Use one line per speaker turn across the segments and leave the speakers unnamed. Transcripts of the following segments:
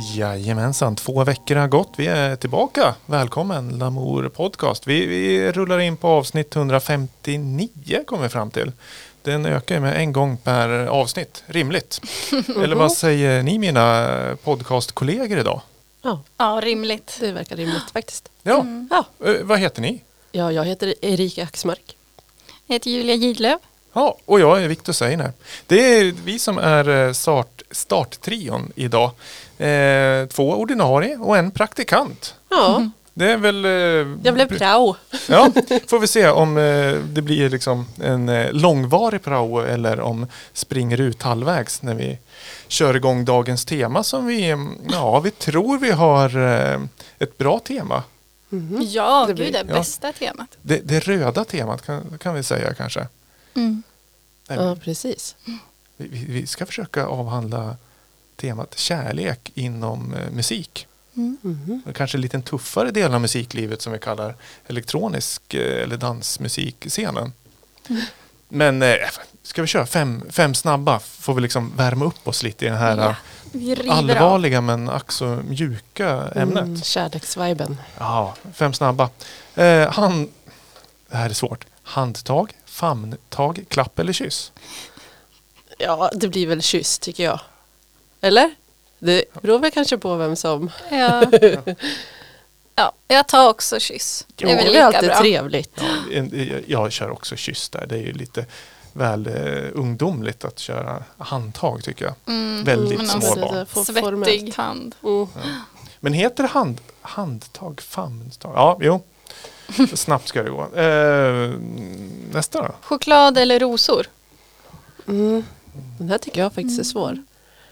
Jajamensan, 2 veckor har gått. Vi är tillbaka. Välkommen, Lamour Podcast. Vi rullar in på avsnitt 159 kommer vi fram till. Den ökar med 1 gång per avsnitt. Rimligt. Eller vad säger ni mina podcastkollegor idag?
Ja, rimligt.
Det verkar rimligt faktiskt.
Ja. Vad heter ni?
Ja, jag heter Erika Axmark.
Jag heter Julia Gidlöv.
Ja, och jag är Viktor Seiner. Det är vi som är starttrion idag. 2 ordinarie och 1 praktikant.
Ja,
Det är väl...
jag blev prao.
Ja, får vi se om det blir liksom en långvarig prao eller om springer ut halvvägs när vi kör igång dagens tema som vi tror vi har ett bra tema.
Mm.
Ja,
Det
gud,
blir-
det bästa temat.
Det röda temat kan vi säga kanske.
Mm.
Nej,
Ja, precis.
vi ska försöka avhandla temat kärlek inom musik.
Mm.
Kanske en liten tuffare del av musiklivet som vi kallar elektronisk eller dansmusikscenen. Men ska vi köra 5 snabba? Får vi liksom värma upp oss lite i den här
Ja, vi river av.
allvarliga men ack så mjuka ämnet.
Kärleksviben.
Ja, 5 snabba. Det här är svårt. Handtag, famntag, klapp eller kyss?
Ja, det blir väl kyss tycker jag. Eller? Det beror väl kanske på vem som...
Ja. Ja, jag tar också kyss.
Ja,
Det är
Det
väl
är
lika
alltid
bra.
trevligt.
Jag kör också kyss där. Det är ju lite väl ungdomligt att köra handtag tycker jag. Väldigt
men
små
också
barn.
Svettig hand.
Mm.
Men heter det handtag, famntag? Ja, jo. Snabbt ska det gå. Nästa då?
Choklad eller rosor?
Mm. Den här tycker jag faktiskt är svår.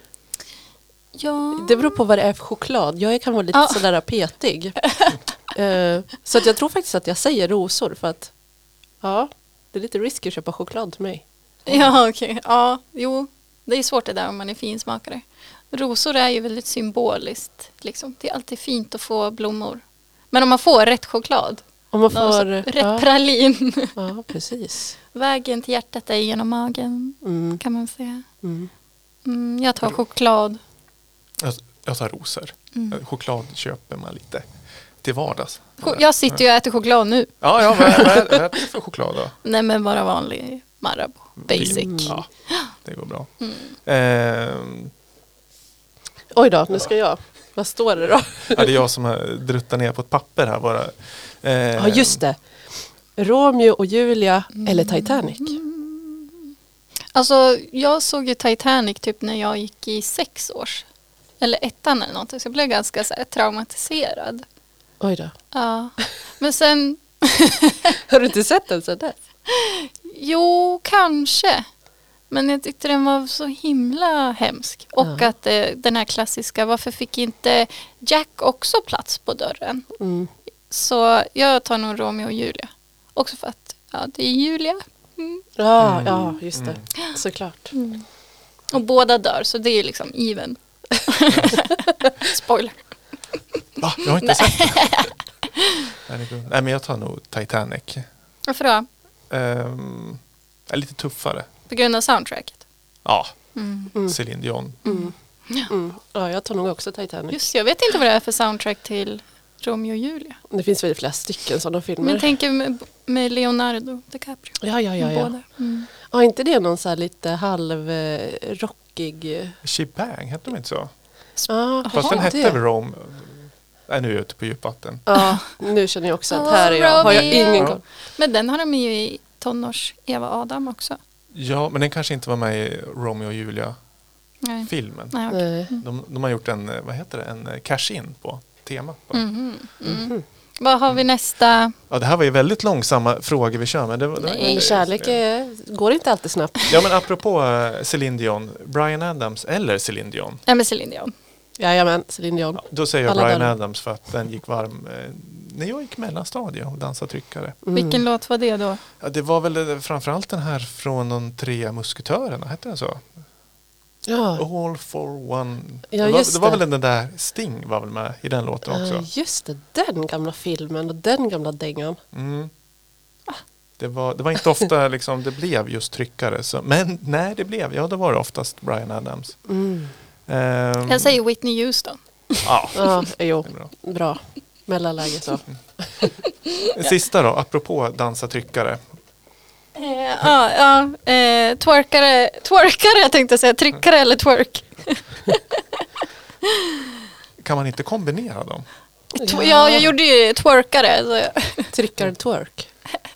Ja.
Det beror på vad det är för choklad. Jag kan vara lite sådär petig. Så att jag tror faktiskt att jag säger rosor för att det är lite risky att köpa choklad till mig.
Ja, okej. Ja, jo. Det är svårt det där om man är finsmakare. Rosor är ju väldigt symboliskt. Liksom. Det är alltid fint att få blommor. Men om man får rätt choklad.
Om man
Alltså,
får...
rätt pralin.
Ja, precis.
Vägen till hjärtat är genom magen. Kan man säga. Jag tar choklad.
Jag tar rosor. Choklad köper man lite till vardags.
Jag sitter ju och äter choklad nu.
Ja, vad är det för choklad då?
Nej, men bara vanlig Marabou. Basic.
Ja, det går bra.
Oj då, nu ska jag. Vad står det då?
Ja, det är jag som har druttat ner på ett papper här bara.
Ja, just det. Romeo och Julia eller Titanic.
Alltså, jag såg ju Titanic typ när jag gick i 6 års. Eller 1:an eller någonting. Så jag blev ganska så här, traumatiserad.
Oj då.
Ja. Men sen...
Har du inte sett den sedan dess?
Jo, kanske. Men jag tyckte den var så himla hemsk. Och att den här klassiska, varför fick inte Jack också plats på dörren? Så jag tar nog Romeo och Julia. Också för att det är Julia.
Ja, just det. Såklart.
Och båda dör, så det är liksom even. Spoiler.
Va? Jag har inte sett det. Nej, men jag tar nog Titanic.
Varför då?
Är lite tuffare.
På grund av soundtracket?
Ja, Céline Dion.
Ja, jag tar nog också Titanic.
Just jag vet inte vad det är för soundtrack till Romeo och Julia.
Det finns väl flera stycken sådana filmer.
Men jag tänker med Leonardo DiCaprio.
Ja.
Båda.
Ja, inte det någon så här lite halvrockig...
Shebang, hette de inte så?
Ja,
Fast den
det.
hette väl Rome. Nej, nu är jag ute på djupvatten.
Ja, nu känner jag också att här är jag. Har jag ingen koll.
Men den har de ju i tonårs Eva Adam också.
Ja, men den kanske inte var med i Romeo och Julia-filmen.
Nej, okej.
De har gjort en cash-in på temat.
Vad har vi nästa?
Ja, det här var ju väldigt långsamma frågor vi kör. Men det var
Kärlek går inte alltid snabbt.
Ja, men apropå Céline Dion, Bryan Adams eller Céline Dion?
Nej, men Céline Dion.
Jajamän, Céline Dion.
Ja, då säger jag
Alla
Bryan
dagar.
Adams för att den gick varm när jag gick mellanstadie och dansade tryckare.
Vilken låt var det då?
Ja, det var väl framförallt den här från de 3 musketörerna, hette den så?
Ja,
All for one.
Ja,
det
just
var
det.
väl den där Sting var väl med i den låten också.
just det. Den gamla filmen och den gamla dängan.
Det var inte ofta liksom, det blev just tryckare. Så, men när det blev, då var det oftast Bryan Adams.
Jag säger Whitney Houston.
Ja.
Ja, jo,
Det är bra.
bra. Mellanläge så.
Sista då, apropå dansa tryckare.
Twerkare tänkte jag säga. Tryckare eller twerk.
Kan man inte kombinera dem?
Ja, jag gjorde ju twerkare. Så.
Tryckar-twerk.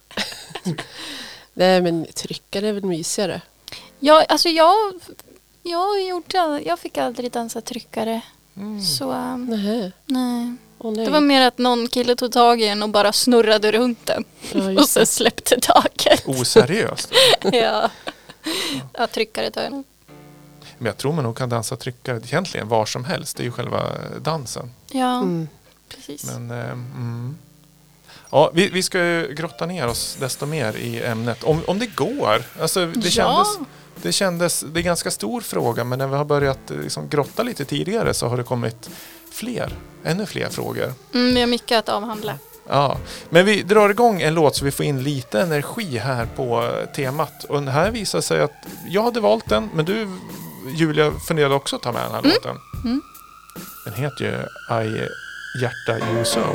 Nej, men tryckare är väl mysigare.
Ja, alltså jag fick aldrig dansa tryckare. Så
Nej.
nej.
Nej.
Det var mer att någon kille tog tag i en och bara snurrade runt den.
Ja,
Och
just
sen släppte taget.
Oseriöst.
Ja, tryckare tar jag nog.
Men jag tror man nog kan dansa tryckare egentligen var som helst. Det är ju själva dansen.
Ja, precis.
Men, ja, vi ska ju grotta ner oss desto mer i ämnet. Om det går. Alltså, det är en ganska stor fråga, men när vi har börjat liksom grotta lite tidigare så har det kommit ännu fler frågor.
Vi har mycket att avhandla.
Ja, men vi drar igång en låt så vi får in lite energi här på temat. Och här visar sig att jag hade valt den, men du, Julia, funderade också att ta med den här låten. Den heter ju I Hjärta You So.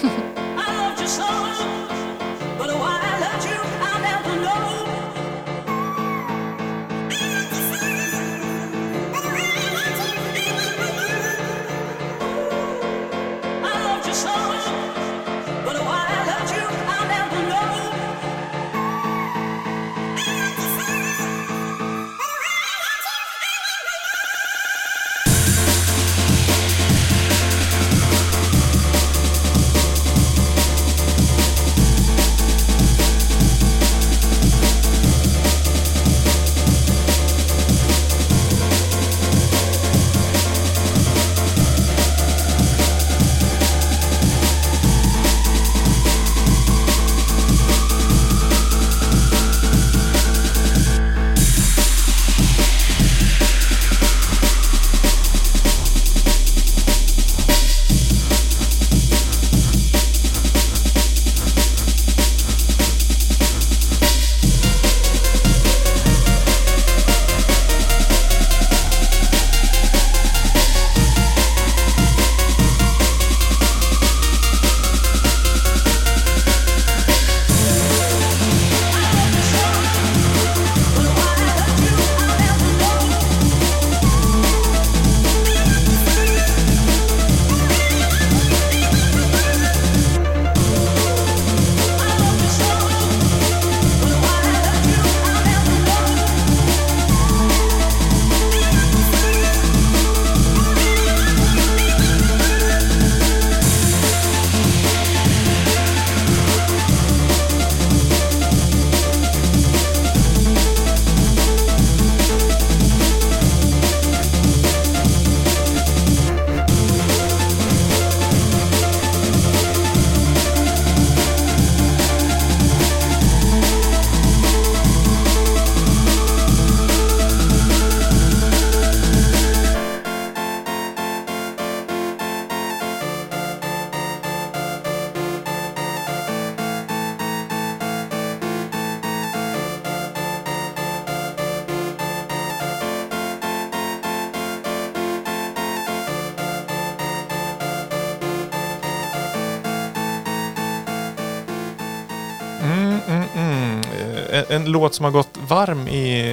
En låt som har gått varm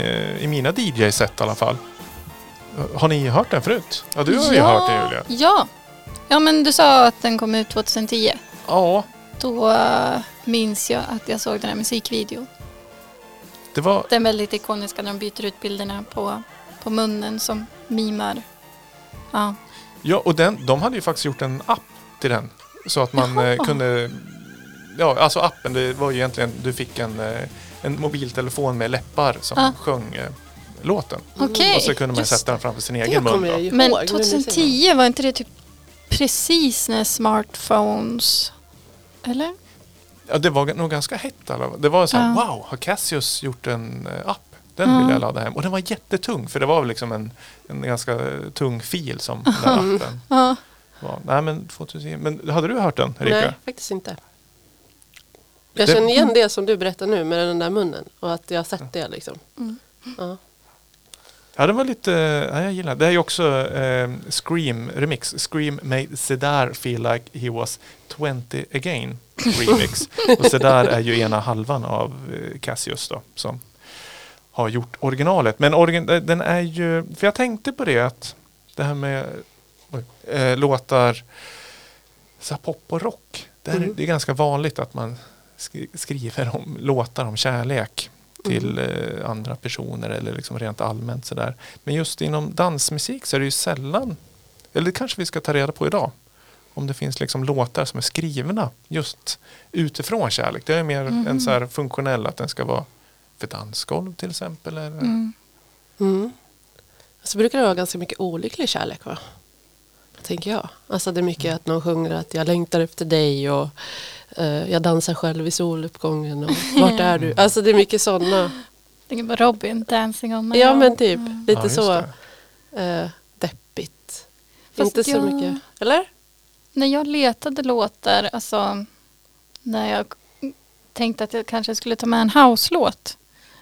i mina DJ-set i alla fall. Har ni hört den förut? Ja, du har ju hört den, Julia.
Ja, men du sa att den kom ut 2010.
Ja.
Då minns jag att jag såg den här musikvideon. Den är väldigt ikoniska när de byter ut bilderna på munnen som mimar.
Ja, och de hade ju faktiskt gjort en app till den. Så att man kunde... Ja, alltså appen, det var ju egentligen... Du fick en mobiltelefon med läppar som sjöng låten.
Okay.
Och så kunde man sätta den framför sin egen mun.
Men 2010 var inte det typ precis när smartphones... Eller?
Ja, det var nog ganska hett. Det var så här, wow, har Cassius gjort en app? Den vill jag ladda hem. Och den var jättetung, för det var liksom en ganska tung fil som den appen var. Nej, men 2010. Men hade du hört den, Erika?
Nej, faktiskt inte. Jag känner igen det som du berättar nu med den där munnen. Och att jag har sett det liksom. Ja.
Ja, det var lite, jag gillar. Det är ju också Scream remix. Scream made Sedar feel like he was 20 again remix. Och Sedar är ju ena halvan av Cassius då, som har gjort originalet. Men den är ju, för jag tänkte på det att det här med låtar så pop och rock. Det är ganska vanligt att man skriver om låtar om kärlek till andra personer eller liksom rent allmänt sådär. Men just inom dansmusik så är det ju sällan, eller det kanske vi ska ta reda på idag, om det finns liksom låtar som är skrivna just utifrån kärlek. Det är mer en så här funktionell, att den ska vara för dansgolv till exempel. Eller?
Så brukar det vara ganska mycket olycklig kärlek, va? Tänker jag. Alltså det är mycket att någon sjunger att jag längtar efter dig och jag dansar själv i soluppgången och vart är du? Alltså det är mycket sådana.
Det är bara Robin, Dancing on my
Ja,
own.
men typ. Lite så deppigt.
Fast
inte så mycket. Eller?
När jag letade låtar, alltså när jag tänkte att jag kanske skulle ta med en house-låt,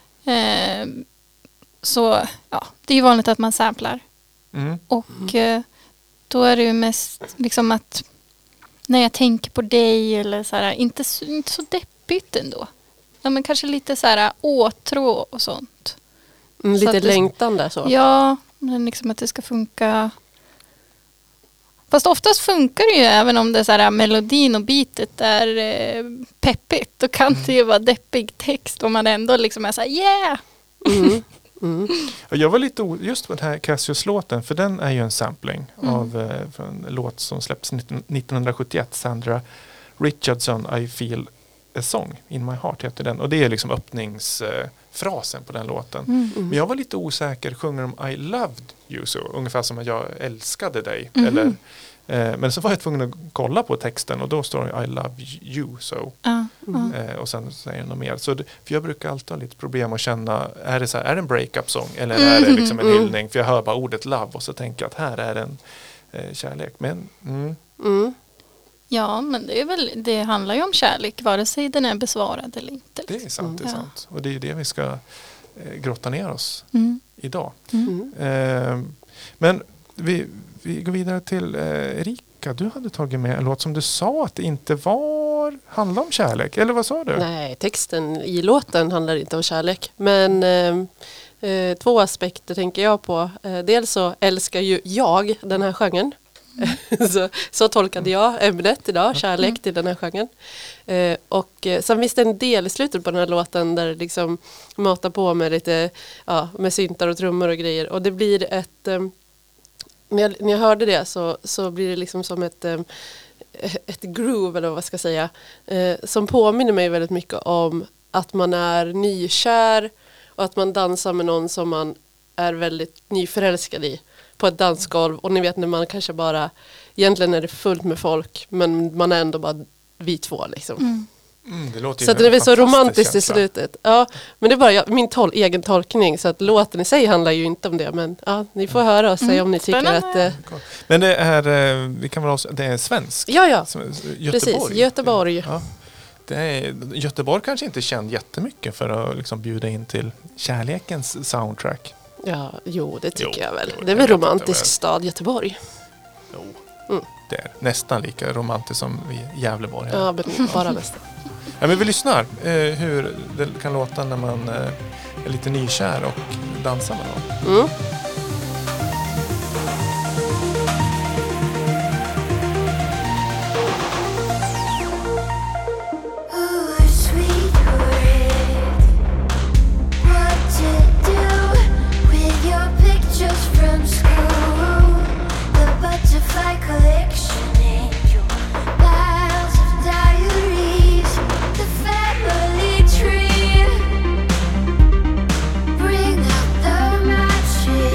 så ja, det är ju vanligt att man samplar. Och då är det ju mest liksom att när jag tänker på dig eller så här, inte så deppigt ändå. Ja, men kanske lite så här åtrå och sånt.
Lite längtan där så.
Ja, men liksom att det ska funka. Fast oftast funkar det ju även om det är så här melodin och beatet är peppigt. Då kan det ju vara deppig text om man ändå liksom är så här yeah!
Jag var lite just på den här Cassius-låten, för den är ju en sampling av en låt som släpps 1971, Sandra Richardson, I feel a song in my heart heter den, och det är liksom öppningsfrasen på den låten. Men jag var lite osäker, sjunger de I loved you so, ungefär som att jag älskade dig eller, men så var jag tvungen att kolla på texten och då står det I love you so. Och sen säger jag något mer. Så för jag brukar alltid ha lite problem att känna, är det en breakup-sång eller är det liksom en hyllning? För jag hör bara ordet love och så tänker jag att här är en kärlek. Men,
Ja, men det handlar ju om kärlek, vare sig den är besvarad eller inte.
Det är sant, det är sant. Och det är det vi ska grotta ner oss idag. Men vi går vidare till Erika. Du hade tagit med en låt som du sa att det inte handlar om kärlek. Eller vad sa du?
Nej, texten i låten handlar inte om kärlek. Men två aspekter tänker jag på. Dels så älskar ju jag den här genren. så tolkade jag ämnet idag, kärlek till den här genren. Och sen finns det en del i slutet på den här låten där det liksom matar på med lite med syntar och trummor och grejer. Och det blir ett... När jag hörde det så blir det liksom som ett groove, eller vad jag ska säga, som påminner mig väldigt mycket om att man är nykär och att man dansar med någon som man är väldigt nyförälskad i på ett dansgolv. Och ni vet när man kanske bara, egentligen är det fullt med folk, men man är ändå bara vi två liksom.
Det låter
så att det är så romantiskt i slutet. Ja, men det är bara min egen tolkning, så att låten i sig handlar ju inte om det, men ja, ni får höra och säga om ni tycker att...
Men det är, vi kan väl det är svensk?
Ja,
Göteborg.
Precis, Göteborg.
Ja. Göteborg kanske inte är känd jättemycket för att liksom bjuda in till kärlekens soundtrack.
Ja, det tycker jag väl. Det är väl romantisk stad, Göteborg.
Det är nästan lika romantiskt som Gävleborg.
Ja, men bara nästan.
Ja, men vi lyssnar hur det kan låta när man är lite nykär och dansar med någon.
Bring out the matches.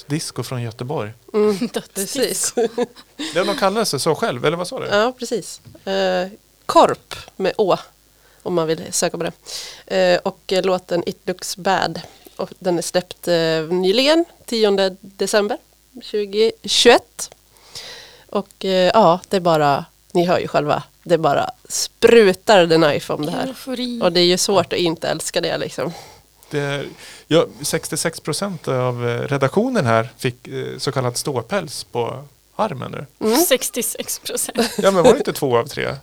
dödsdisco från Göteborg.
Precis.
Det de kallar sig så själv, eller vad sa du?
Ja, precis. Korp med Å, om man vill söka på det. Och låten It Looks Bad. Och den är släppt nyligen, 10 december 2021. Och ja, det är bara, ni hör ju själva, det bara sprutar The Knife om det här.
Eufori.
Och det är ju svårt att inte älska det liksom.
66% av redaktionen här fick så kallad ståpäls på armen nu.
66%.
Ja, men var det inte 2 av 3?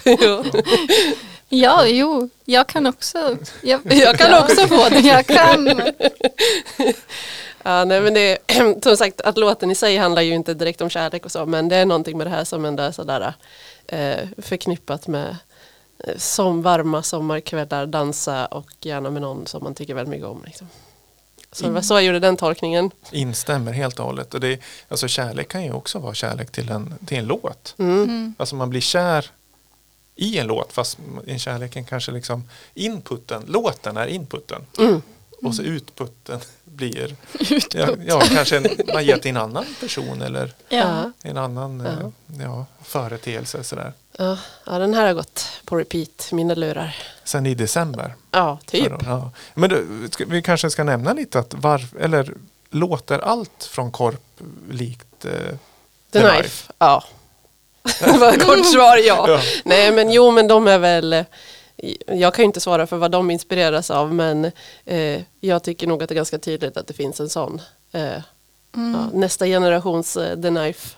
Ja, jo. Jag kan också.
Jag kan också få det.
Jag kan.
Ja, nej, men det är, som sagt, att låten i sig handlar ju inte direkt om kärlek och så, men det är någonting med det här som ändå är sådär förknippat med som varma sommarkvällar, dansa och gärna med någon som man tycker väldigt mycket om. Liksom. Så det var så jag gjorde den tolkningen.
Instämmer helt och hållet. Och det, alltså kärlek kan ju också vara kärlek till en låt. Alltså man blir kär i en låt, fast i kärleken kanske liksom låten är inputen. Och så utputten blir kanske man ger till en annan person eller en annan företeelse sådär.
Ja, den här har gått på repeat, mina lurar.
Sen i december.
Ja, typ.
Ja. Men vi kanske ska nämna lite att låter allt från Korp likt
The Knife? Ja. Det var ett kort svar, ja. Nej, men de är väl... Jag kan ju inte svara för vad de inspireras av, men jag tycker nog att det är ganska tydligt att det finns en sån nästa generations The Knife.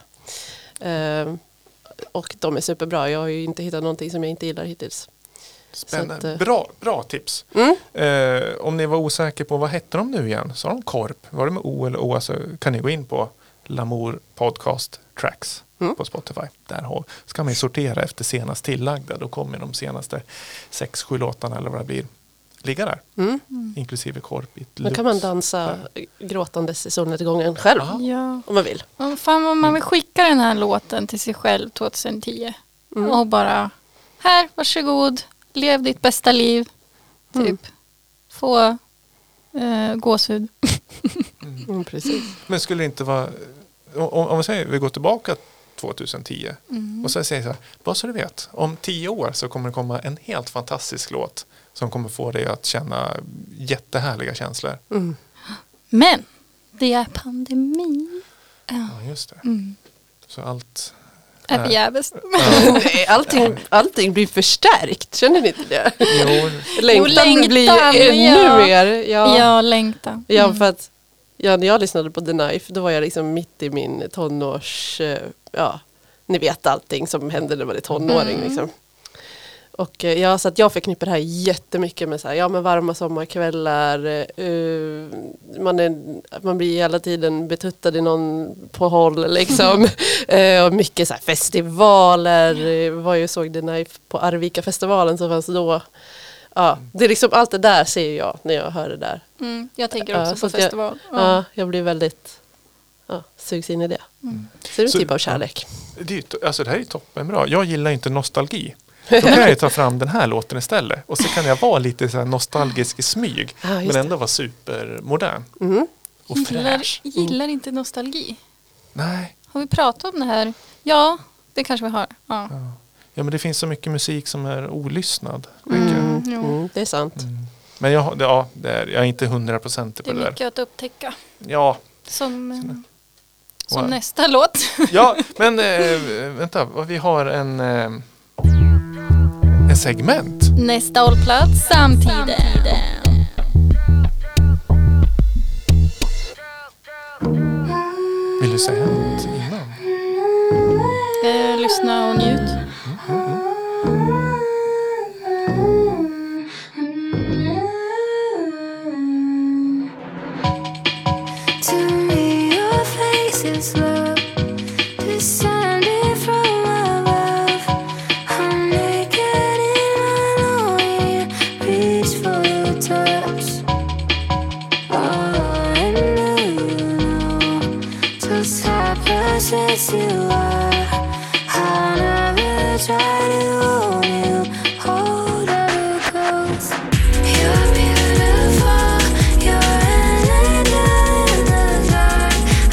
Och de är superbra. Jag har ju inte hittat någonting som jag inte gillar hittills.
Spännande. Bra tips. Om ni var osäker på vad hette de nu igen? Sa de Korp? Var det med O eller Å, så kan ni gå in på Lamour Podcast Tracks på Spotify. Där ska man sortera efter senast tillagda. Då kommer de senaste 6-7 låtarna eller vad det blir ligga där. Inklusive Korp.
Då kan man dansa gråtandes i solnedgången själv.
Ja.
Om man vill.
Fan, om man vill skicka den här låten till sig själv 2010. Och bara, här, varsågod. Lev ditt bästa liv. Typ. Få gåshud.
Precis.
Men skulle det inte vara... Om vi säger vi går tillbaka 2010 och så säger jag så här, bara så du vet, om 10 år så kommer det komma en helt fantastisk låt som kommer få dig att känna jättehärliga känslor.
Men det är pandemi.
Ja, just det. Så allt
är förgäves.
Allting blir förstärkt, känner ni inte det?
Jo.
Längtan blir ännu mer.
Ja, längtan.
Ja, för att när jag lyssnade på The Knife, då var jag liksom mitt i min tonårs... ni vet allting som hände när man är tonåring. Liksom. Och så att jag förknippar det här jättemycket med så här, men varma sommarkvällar. Man blir hela tiden betuttad i någon på håll. Liksom. Och mycket så här festivaler. Var ju såg The Knife på Arvika-festivalen som fanns då. Ja, det är liksom allt det där ser jag när jag hör det där.
Jag tänker också på festival.
Jag blir väldigt sugs in i det. Så det är en typ av kärlek.
Alltså det här är toppenbra. Jag gillar inte nostalgi. Då kan jag ta fram den här låten istället. Och så kan jag vara lite så här nostalgisk i smyg. Men ändå vara supermodern. Och fräsch.
Gillar inte nostalgi.
Nej.
Har vi pratat om det här? Ja, det kanske vi har. Ja,
men det finns så mycket musik som är olyssnad.
Det är sant.
Men jag är inte 100% på det där.
Det är mycket att upptäcka.
Ja.
Som nästa låt.
Ja, men vänta. Vi har en segment.
Nästa hållplats samtiden.
Vill du säga något innan?
Lyssna och njut.
As you are, I'll never try to hold you, hold ever close. You're beautiful, you're an angel in the dark.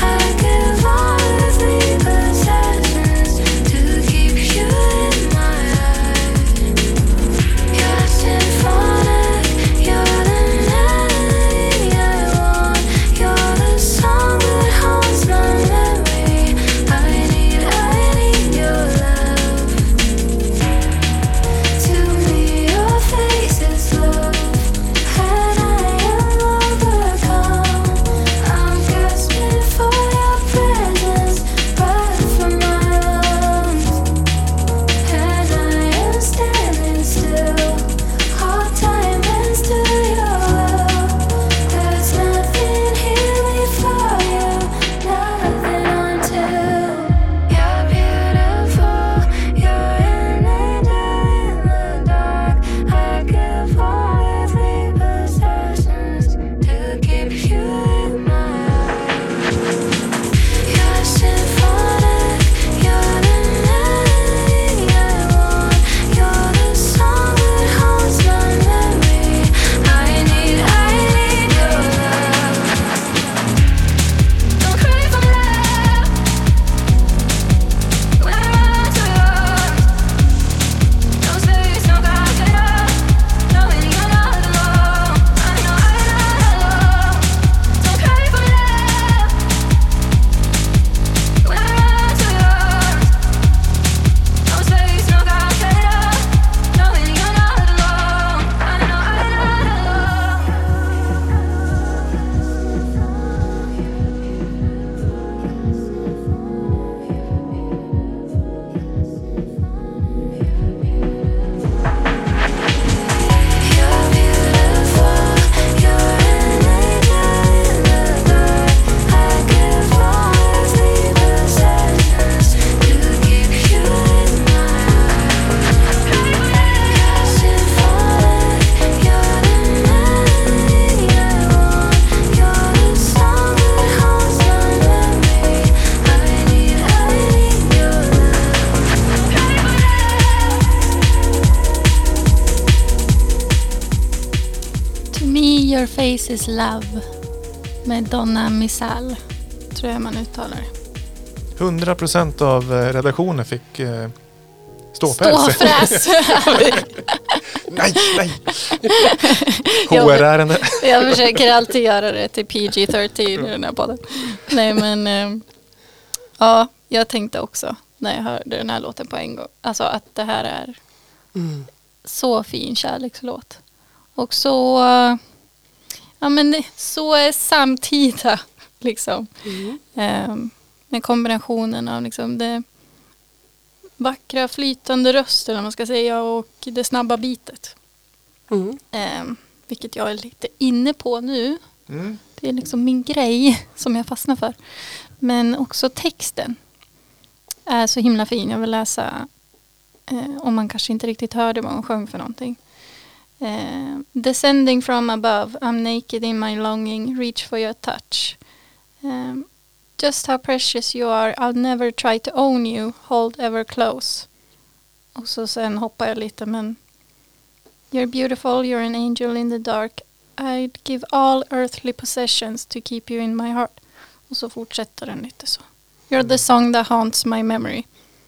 Face is Love med Donna Missal, tror jag man uttalar det.
100% av redaktionen fick ståpäls.
Ståfräs.
Nej. HR-ärende.
Jag försöker alltid göra det till PG-13 i den här podden. Nej, men ja, jag tänkte också när jag hörde den här låten på en gång. Alltså att det här är så fin kärlekslåt. Och så, ja men så är samtida liksom. Med kombinationen av liksom det vackra flytande rösten, om man ska säga, och det snabba bitet. Vilket jag är lite inne på nu. Det är liksom min grej som jag fastnar för. Men också texten är så himla fin. Jag vill läsa om man kanske inte riktigt hörde vad hon sjöng för någonting. Descending from above, I'm naked in my longing, reach for your touch. Just how precious you are, I'll never try to own you, hold ever close. Och så sen hoppar jag lite, men you're beautiful, you're an angel in the dark. I'd give all earthly possessions to keep you in my heart. Och så fortsätter den lite så. You're the song that haunts my memory.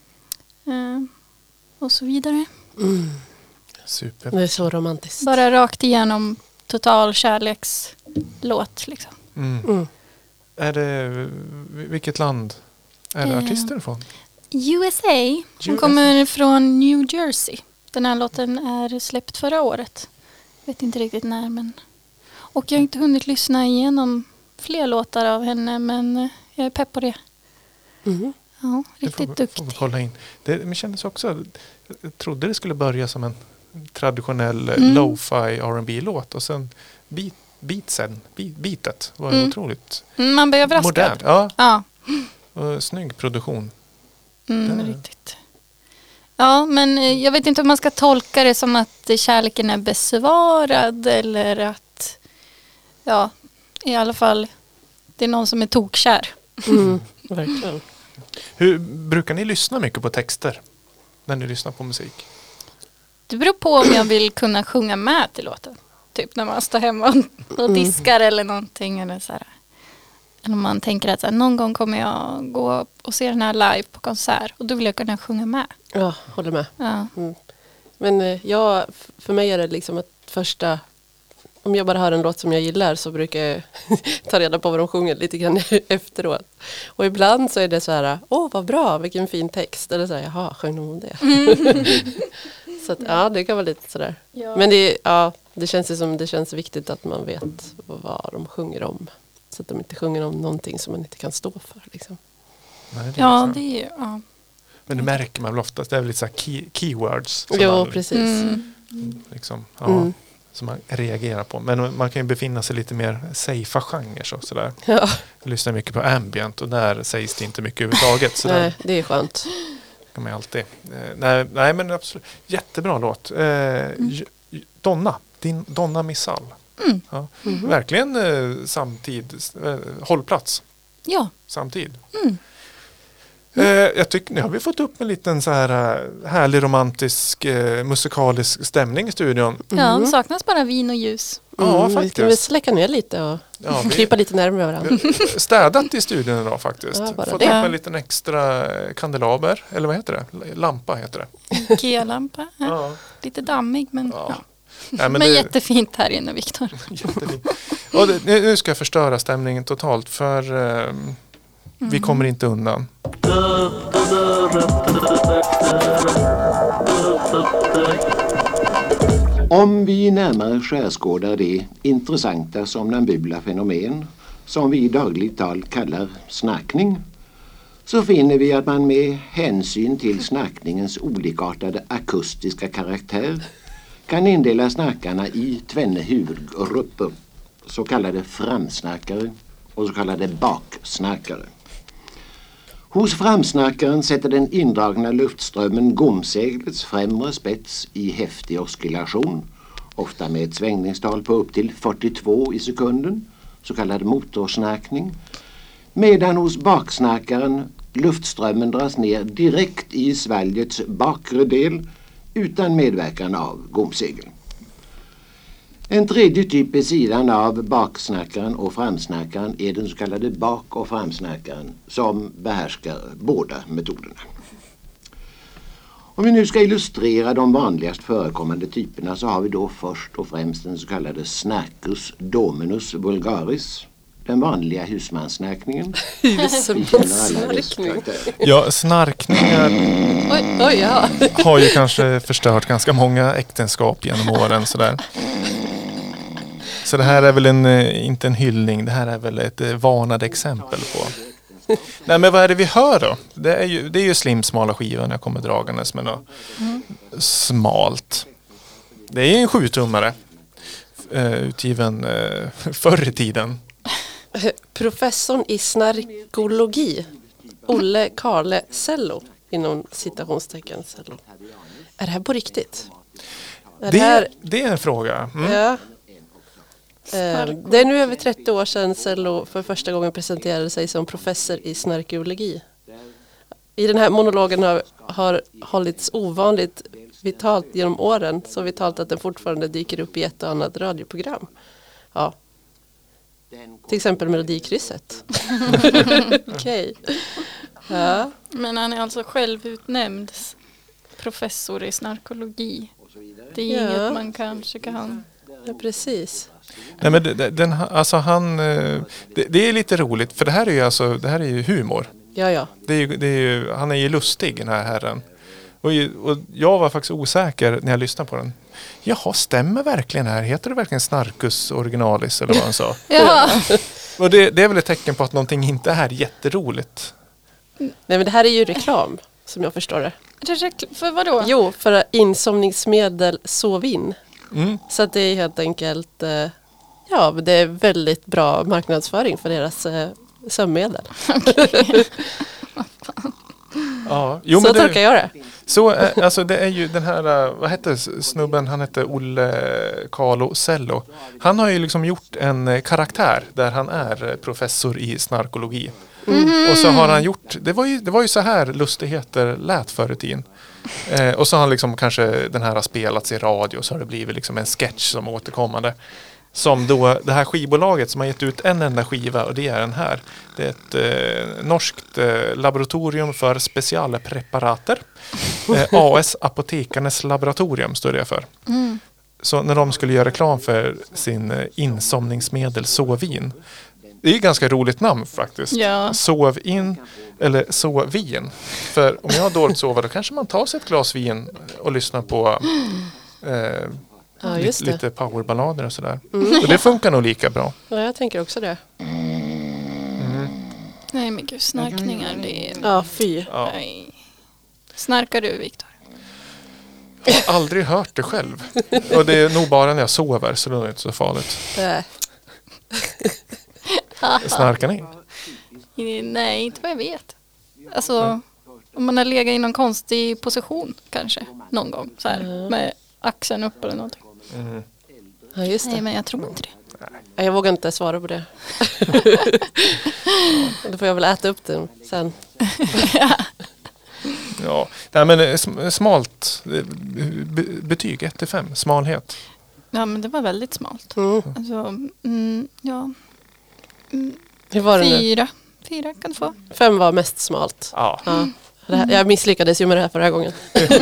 Och så vidare.
Super.
Det är så romantiskt.
Bara rakt igenom total kärlekslåt liksom.
Är det, vilket land är det artister från?
USA. Hon kommer från New Jersey. Den här låten är släppt förra året. Vet inte riktigt när, men... Och jag har inte hunnit lyssna igenom fler låtar av henne, men jag är pepp på det. Ja, riktigt duktig.
Får kolla in. Det kändes också... Jag trodde det skulle börja som en traditionell lo-fi R&B-låt och sen beatet var otroligt
man blir överraskad.
Modern.
Ja.
Och snygg produktion.
Riktigt. Ja, men jag vet inte om man ska tolka det som att kärleken är besvarad eller att, ja, i alla fall det är någon som är tokkär.
Verkligen.
Hur brukar ni lyssna mycket på texter när ni lyssnar på musik?
Det beror på om jag vill kunna sjunga med till låten. Typ när man står hemma och diskar eller någonting. Eller så här. Eller om man tänker att så här, någon gång kommer jag gå och se den här live på konsert. Och då vill jag kunna sjunga med.
Ja, håller med.
Ja.
Men för mig är det liksom ett första... Om jag bara hör en låt som jag gillar så brukar jag ta reda på vad de sjunger lite grann efteråt. Och ibland så är det så här, vad bra, vilken fin text. Eller så här, jaha, sjöng de om det? Så att, ja, det kan vara lite sådär. Ja. Men det känns viktigt att man vet vad de sjunger om. Så att de inte sjunger om någonting som man inte kan stå för. Liksom.
Nej,
det är ju... Ja.
Men det märker man väl oftast. Det är väl lite så här keywords.
Jo, precis.
Liksom, som man reagerar på. Men man kan ju befinna sig lite mer safea genrer. Sådär.
Ja.
Jag lyssnar mycket på ambient och där sägs det inte mycket överhuvudtaget. Så
nej, det är skönt.
Kan man alltid. Nej, men absolut. Jättebra låt. Donna Missal. Ja. Verkligen samtid. Hållplats.
Ja.
Samtid. Jag tycker nu har vi fått upp en liten så här härlig romantisk musikalisk stämning i studion.
Ja, det saknas bara vin och ljus.
Ja, faktiskt.
Vi kan släcka ner lite och krypa lite närmare varandra.
Städat i studion idag faktiskt.
Ja,
fått upp en liten extra kandelaber. Eller vad heter det? Lampa heter det.
Ikea-lampa. Ja. Lite dammig, men ja. Ja, men jättefint här inne, Viktor.
Jättefint. Och nu ska jag förstöra stämningen totalt för vi kommer inte undan.
Om vi närmare skärskådar det intressanta somnambula fenomen som vi i dagligt tal kallar snackning, så finner vi att man med hänsyn till snackningens olikartade akustiska karaktär kan indela snackarna i tvenne huvudgrupper, så kallade framsnackare och så kallade baksnackare. Hos framsnackaren sätter den indragna luftströmmen gomseglets främre spets i häftig oscillation, ofta med ett svängningstal på upp till 42 i sekunden, så kallad motorsnackning, medan hos baksnackaren luftströmmen dras ner direkt i svalgets bakre del utan medverkan av gomsegel. En tredje typ vid sidan av baksnackaren och framsnackaren är den så kallade bak- och framsnackaren som behärskar båda metoderna. Om vi nu ska illustrera de vanligast förekommande typerna så har vi då först och främst den så kallade snarkus dominus vulgaris, den vanliga husmanssnarkningen.
Husmanssnarkning.
Ja, snarkningar
Oj, ja.
har ju kanske förstört ganska många äktenskap genom åren. Så det här är väl inte en hyllning, det här är väl ett varnande exempel på. Nej, men vad är det vi hör då? Det är ju slimsmala skivan jag kommer dragandes med något smalt. Det är en 7-tummare utgiven förr i tiden.
Professorn i snarkologi, Olle Karle Cello, inom citationstecken Cello. Är det här på riktigt?
Det är en fråga.
Ja. Det är nu över 30 år sedan Cello för första gången presenterade sig som professor i snarkologi. I den här monologen har hållits ovanligt vitalt genom åren, så vitalt att den fortfarande dyker upp i ett och annat radioprogram. Ja. Till exempel Melodikrysset. Okej. Ja.
Men han är alltså självutnämnd professor i snarkologi. Det är inget man kanske kan...
Ja, precis.
Nej, men det är lite roligt, för det här är ju humor.
Ja.
Han är ju lustig, den här herren. Och jag var faktiskt osäker när jag lyssnade på den. Jaha, stämmer verkligen det här? Heter det verkligen Snarkus originalis eller vad han sa?
Ja.
Och det är väl ett tecken på att någonting inte är jätteroligt.
Nej, men det här är ju reklam, som jag förstår det.
För vad då?
Jo, för insomningsmedel Sovin.
Mm.
Så att det är helt enkelt, det är väldigt bra marknadsföring för deras sömnmedel.
Ja,
så tolkar jag det.
Så alltså det är ju den här, vad hette snubben, han hette Olle Karle Cello. Han har ju liksom gjort en karaktär där han är professor i snarkologi. Och så har han gjort, det var ju så här lustigheter lät förr i tiden. Och så har han liksom kanske den här har spelats i radio, så har det blivit liksom en sketch som återkommande. Som då det här skivbolaget som har gett ut en enda skiva, och det är den här. Det är ett norskt laboratorium för specialpreparater. AS Apotekarnes laboratorium står det för.
Mm.
Så när de skulle göra reklam för sin insomningsmedel Sovin. Det är ju ganska roligt namn faktiskt.
Ja.
Sovin eller Sovin. För om jag har dåligt sova då kanske man tar sig ett glas vin och lyssnar på lite powerballader och sådär. Och det funkar nog lika bra.
Ja, jag tänker också det.
Nej men gud, snarkningar det är...
Ja, fy.
Ja.
Nej. Snarkar du, Viktor?
Jag har aldrig hört det själv. Och det är nog bara när jag sover, så det är inte så farligt. Snarkar ni?
Nej, inte vad jag vet. Alltså, om man har legat i någon konstig position kanske, någon gång. Så här, med axeln upp eller någonting.
Ja, just det.
Nej, men jag tror inte det.
Jag vågar inte svara på det. Då får jag väl äta upp den sen.
Ja, nej, men smalt betyg 1-5, smalhet.
Ja, men det var väldigt smalt. Alltså, ja.
Hur var det nu?
4 kan du få.
5 var mest smalt.
Ja.
Ja. Jag misslyckades ju med det här förra gången.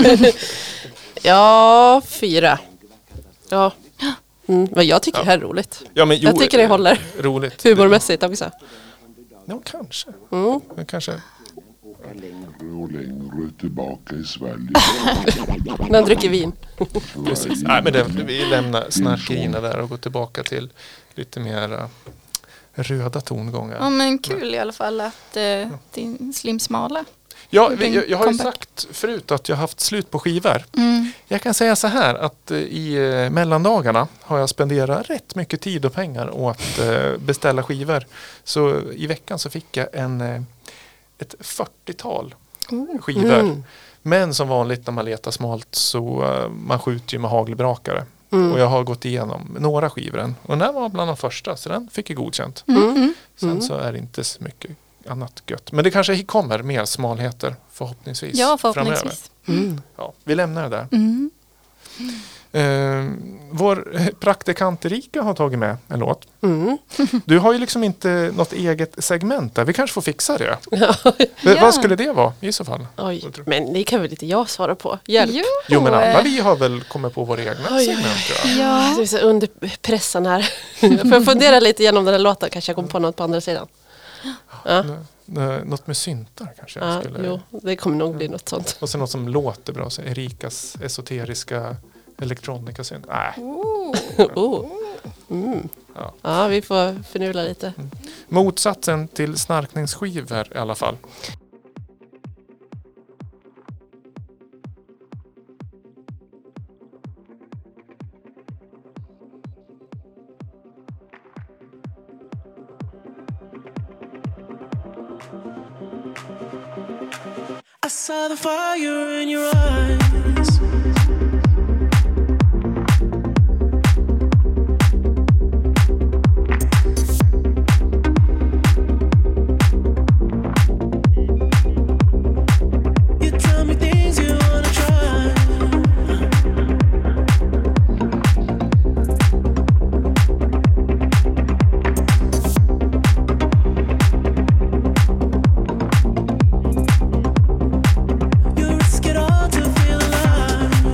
Ja, 4. Ja. Men jag tycker det här är roligt.
Ja, men,
Jag tycker det håller.
Roligt.
Humormässigt också.
Ja, kanske. Men kanske.
Längre och längre tillbaka i Sverige.
När han dricker vin.
Precis. Nej, men vi lämnar snarkerierna där och går tillbaka till lite mer röda tongångar.
Ja, men kul i alla fall att din slimsmala.
Ja, jag har ju sagt förut att jag har haft slut på skivor. Jag kan säga så här att i mellandagarna har jag spenderat rätt mycket tid och pengar åt att beställa skivor. Så i veckan så fick jag ett 40-tal skivor. Men som vanligt när man letar smalt så man skjuter ju med hagelbrakare. Och jag har gått igenom några skivor än. Och den här var bland de första, så den fick jag godkänt. Sen så är det inte så mycket annat gött. Men det kanske kommer mer smalheter förhoppningsvis.
Ja, förhoppningsvis.
Ja, vi lämnar det där. Vår praktikant Erika har tagit med en låt.
Mm.
Du har ju liksom inte något eget segment där. Vi kanske får fixa det.
Ja.
Vad skulle det vara i så fall?
Oj, men det kan väl inte jag svara på. Hjälp.
Jo, men alla vi har väl kommit på våra egna segment, tror jag.
Ja.
Det är så under pressen här. Jag får fundera lite igenom den här låten. Kanske jag kommer på något på andra sidan. Ja.
Något med syntar kanske.
Ja, jo, det kommer nog bli något sånt.
Och sen något som låter bra. Så Erikas esoteriska elektronikasynt. Nej.
Ja, vi får förnula lite.
Motsatsen till snarkningsskivor i alla fall.
I saw the fire in your eyes. You tell me things you wanna try. You risk it all to feel alive.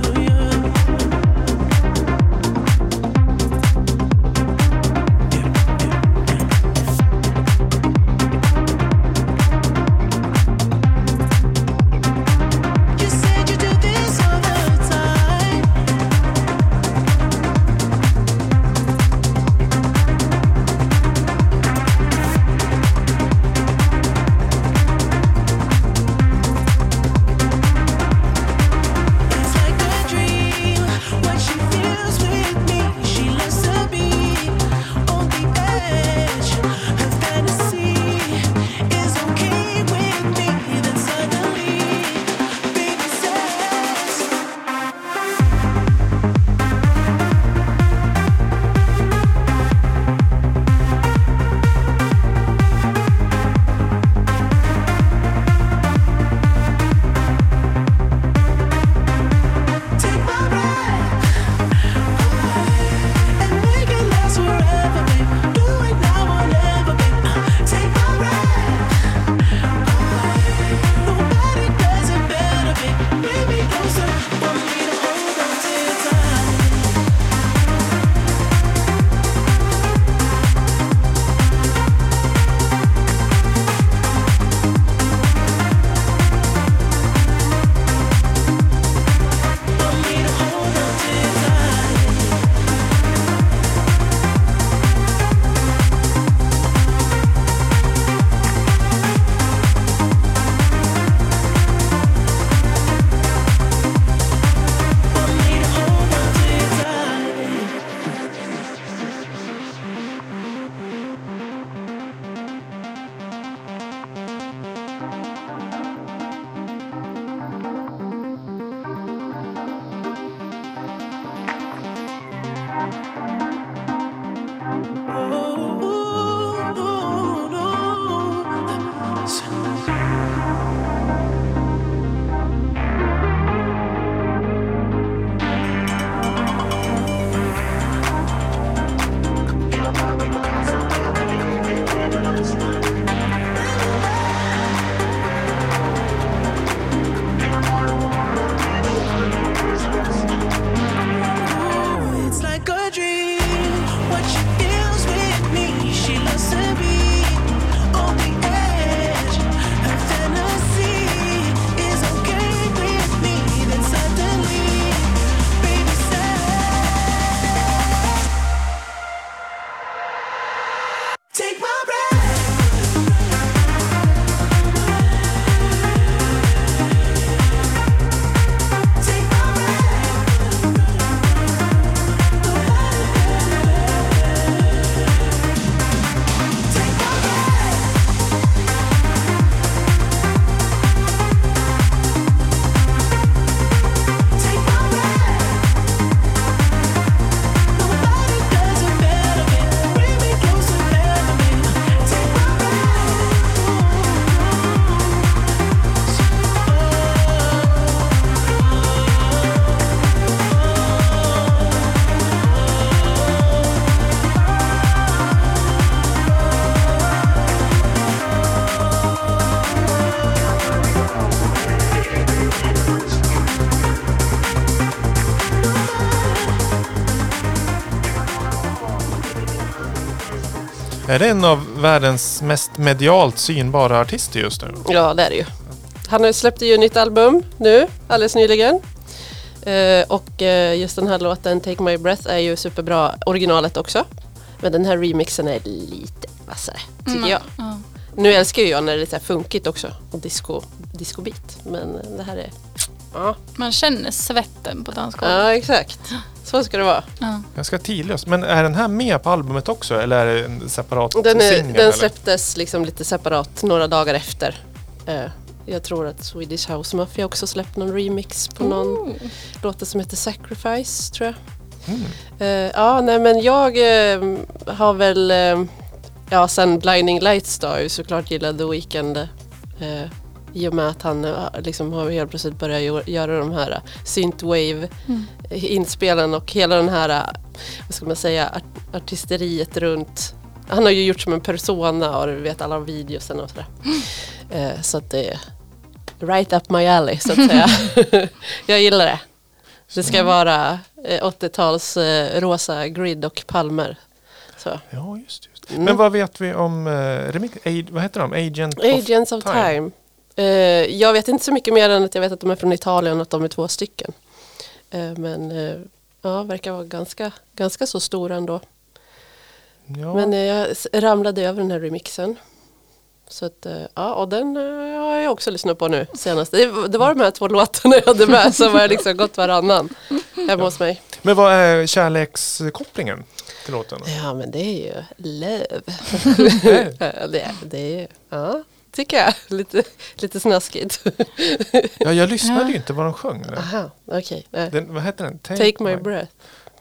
Är det en av världens mest medialt synbara artister just nu?
Ja, det är det ju. Han har släppt ju ett nytt album nu, alldeles nyligen. Och just den här låten Take My Breath är ju superbra, originalet också. Men den här remixen är lite vassare, tycker jag. Nu älskar jag när det är lite funkigt också, och disco-beat. Men det här är... Ja.
Man känner svetten på dansgolvet.
Ja, exakt. Så ska det vara.
Ja.
Ganska tidlöst. Men är den här med på albumet också? Eller är det en separat singel?
Den släpptes liksom lite separat några dagar efter. Jag tror att Swedish House Mafia också släppt någon remix på någon låt som heter Sacrifice, tror jag. Ja, nej, men jag har väl... sen Blinding Lights då, jag såklart gillade The Weeknd. I och med att han liksom har helt plötsligt börjat göra de här synthwave-inspelen och hela den här, vad ska man säga, artisteriet runt. Han har ju gjort som en persona och du vet alla videosen och sådär. Så att det är right up my alley, så att säga. Jag gillar det. Det ska vara 80-tals rosa grid och palmer. Så.
Ja, just. Men vad vet vi om vad heter de?
Agents of Time. Jag vet inte så mycket mer än att jag vet att de är från Italien och att de är 2 stycken. Men verkar vara ganska så stora ändå.
Ja.
Men jag ramlade över den här remixen. Så att, och den har jag också lyssnat på nu senast. Det var de här 2 låtarna jag hade med som har liksom gått varannan hemma hos mig.
Men vad är kärlekskopplingen till låten?
Ja, men det är ju love. det är ju, tycker jag. Lite snaskigt.
Ja, jag lyssnade ju inte vad de sjöng.
Aha, okej.
Vad heter den?
Take my breath.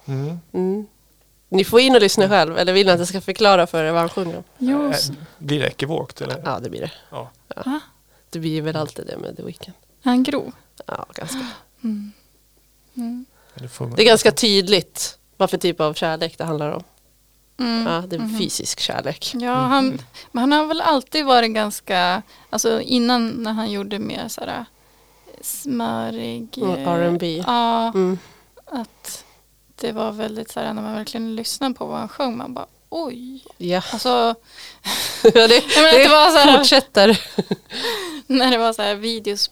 Ni får in och lyssna själv. Eller vill ni att jag ska förklara för er vad han sjunger om?
Blir det ekivokt? Eller?
Ja, det blir det.
Ja.
Det blir väl alltid det med The Weeknd.
Är han grov?
Ja, ganska.
Det
är ganska tydligt vad för typ av kärlek det handlar om. Ja, det är fysisk kärlek.
Ja, men han har väl alltid varit ganska, alltså innan när han gjorde mer sådär smörig
R&B.
Ja, att det var väldigt sådär när man verkligen lyssnade på vad han sjöng, man bara oj.
Ja.
Alltså
det var så här, fortsätter.
När det var så här videos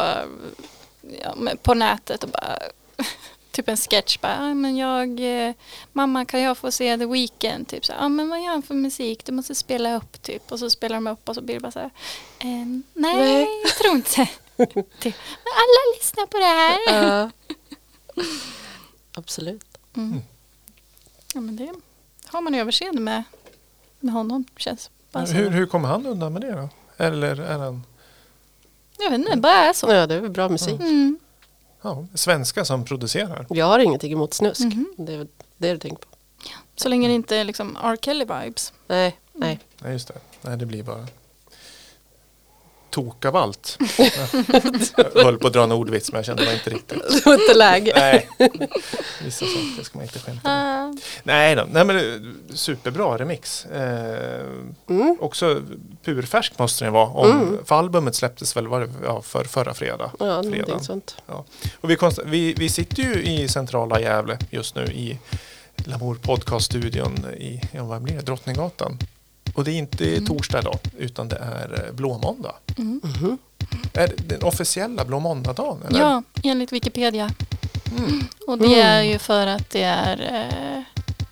på nätet och bara typ en sketch bara, men mamma, kan jag få se The Weeknd? Typ så här, men vad gör han för musik? Du måste spela upp typ. Och så spelar de upp och så blir det bara så här, nej, jag tror inte. Typ, men alla lyssnar på det här.
Absolut.
Ja, men det har man överseende med honom, känns bara så.
Hur kommer han undan med det då? Eller är han...
Jag vet inte, bara är så.
Ja, det är väl bra musik.
Ja, svenska som producerar.
Jag har ingenting emot snusk. Det är det du tänker på.
Ja, så länge det inte är liksom R. Kelly-vibes.
Nej.
Nej, just det. Nej, det blir bara tok av allt. Jag höll på att dra en ordvits, men jag kände mig inte riktigt.
Det var inte läge.
Nej, vissa saker ska man inte skämta om. Nej, men superbra remix. Också purfärsk måste det vara. För albumet släpptes väl för förra fredag.
Ja, någonting sånt.
Ja. Och vi sitter ju i centrala Gävle just nu i Lamour Podcast-studion i vad blir det? Drottninggatan. Och det är inte torsdag idag, utan det är blåmåndag. Är det den officiella blåmåndagdagen? Eller?
Ja, enligt Wikipedia. Och det är ju för att det är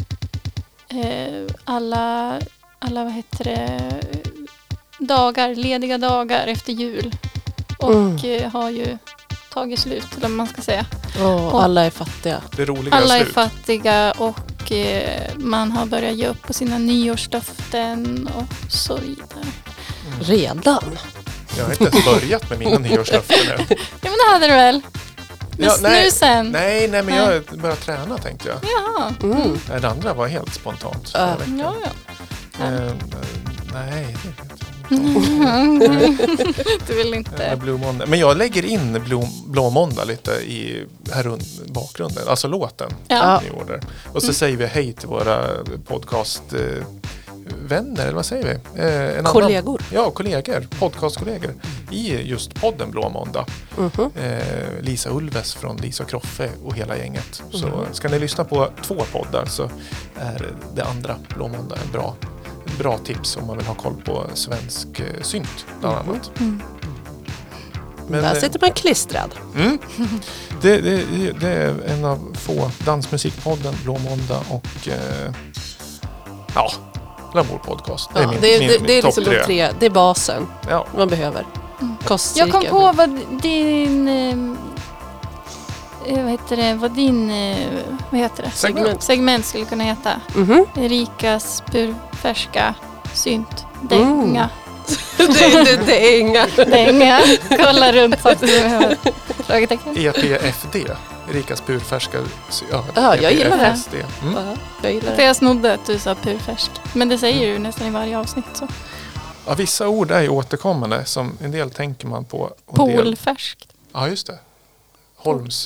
alla vad heter det, lediga dagar efter jul. Och har ju tagit slut, eller vad man ska säga.
Och alla är fattiga.
Det roliga
alla
slut.
är fattiga och man har börjat ge upp på sina nyårslöften och så vidare.
Redan?
Jag har inte ens börjat med mina nyårslöften än.
Ja, men det hade du väl? Med snusen?
Nej, men jag började träna, tänkte jag.
Jaha.
Det andra var helt spontant.
Ja.
Nej, det vet jag inte.
Du vill inte.
Blue Monday. Men jag lägger in Blå Måndag lite i bakgrunden, alltså låten.
Ja.
I order. Och så säger vi hej till våra podcastvänner, eller vad säger vi?
Kollegor.
Kollegor, podcastkollegor i just podden Blå Måndag. Lisa Ulves från Lisa Kroffe och hela gänget. Så ska ni lyssna på 2 poddar så är det andra Blå Måndag en bra tips om man vill ha koll på svensk synt bland annat. Men,
Där sitter man klistrad.
det är en av få dansmusikpodden, Blå Måndag och Lamour Podcast.
Ja, det är liksom de tre. Det är basen man behöver.
Jag kom på vad din segment skulle kunna heta. Erikas purfärska synt dänga.
Det är inga.
Dänga. Kolla runt så att du behöver frågetecken.
EPFD. Erikas purfärska.
Jag gillar det.
Jag gillar det. För jag snodde att du sa purfärsk. Men det säger du nästan i varje avsnitt. Så.
Ja, vissa ord är ju återkommande som en del tänker man på.
Polfärskt.
Ja, just det. Holms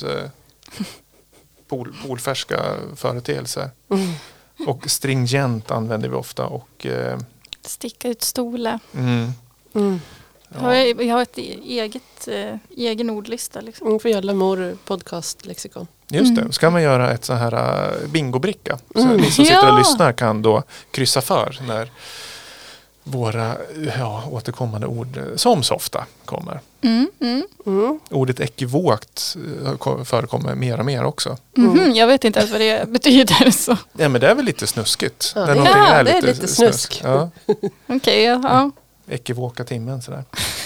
polfärska företeelser. Och stringent använder vi ofta. Och
sticka ut stolar.
Ja.
Jag har ett egen ordlista. Liksom.
För Lamour podcast-lexikon.
Just det. Ska man göra ett så här bingobricka. Så ni som sitter och lyssnar kan då kryssa för när våra återkommande ord som så ofta kommer. Ordet ekivokt förekommer mer och mer också.
Jag vet inte ens vad det betyder. Så.
Ja, men det är väl lite snuskigt.
Ja, det är lite snusk.
Ja.
Okej, ja.
Ekivoka timmen sådär.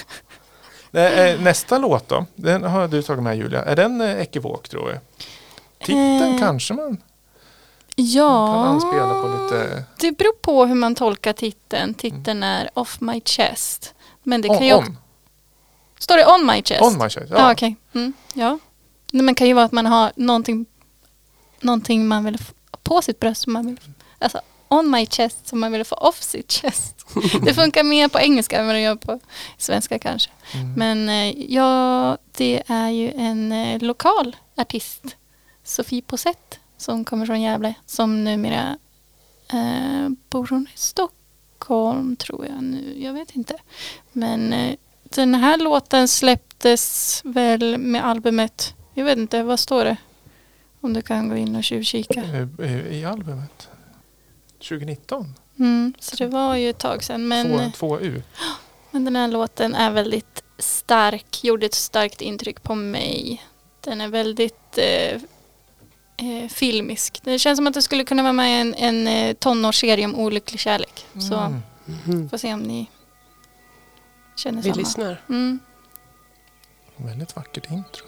Nästa låt då, den har du tagit med, Julia. Är den ekivok, tror jag? Titeln kanske man kan anspela på lite.
Det beror på hur man tolkar titeln. Titeln är Off My Chest. Men det kan ju också... Står det On My Chest?
On My Chest, ja.
Okej. Ja. Men kan ju vara att man har någonting man vill på sitt bröst som man vill... Alltså, on my chest som man vill få off sitt chest. Det funkar mer på engelska än vad det gör på svenska kanske. Men det är ju en lokal artist, Sofie Posett, som kommer från Gävle, som numera bor i Stockholm, tror jag nu. Jag vet inte. Men den här låten släpptes väl med albumet. Jag vet inte, vad står det? Om du kan gå in och tjuvkika.
I albumet? 2019?
Så det var ju ett tag sedan. Men,
2U.
Men den här låten är väldigt stark. Gjorde ett starkt intryck på mig. Den är väldigt filmisk. Det känns som att det skulle kunna vara med i en tonårsserie om olycklig kärlek. Så får se om ni känner samma.
Vi lyssnar.
Väldigt vackert intro.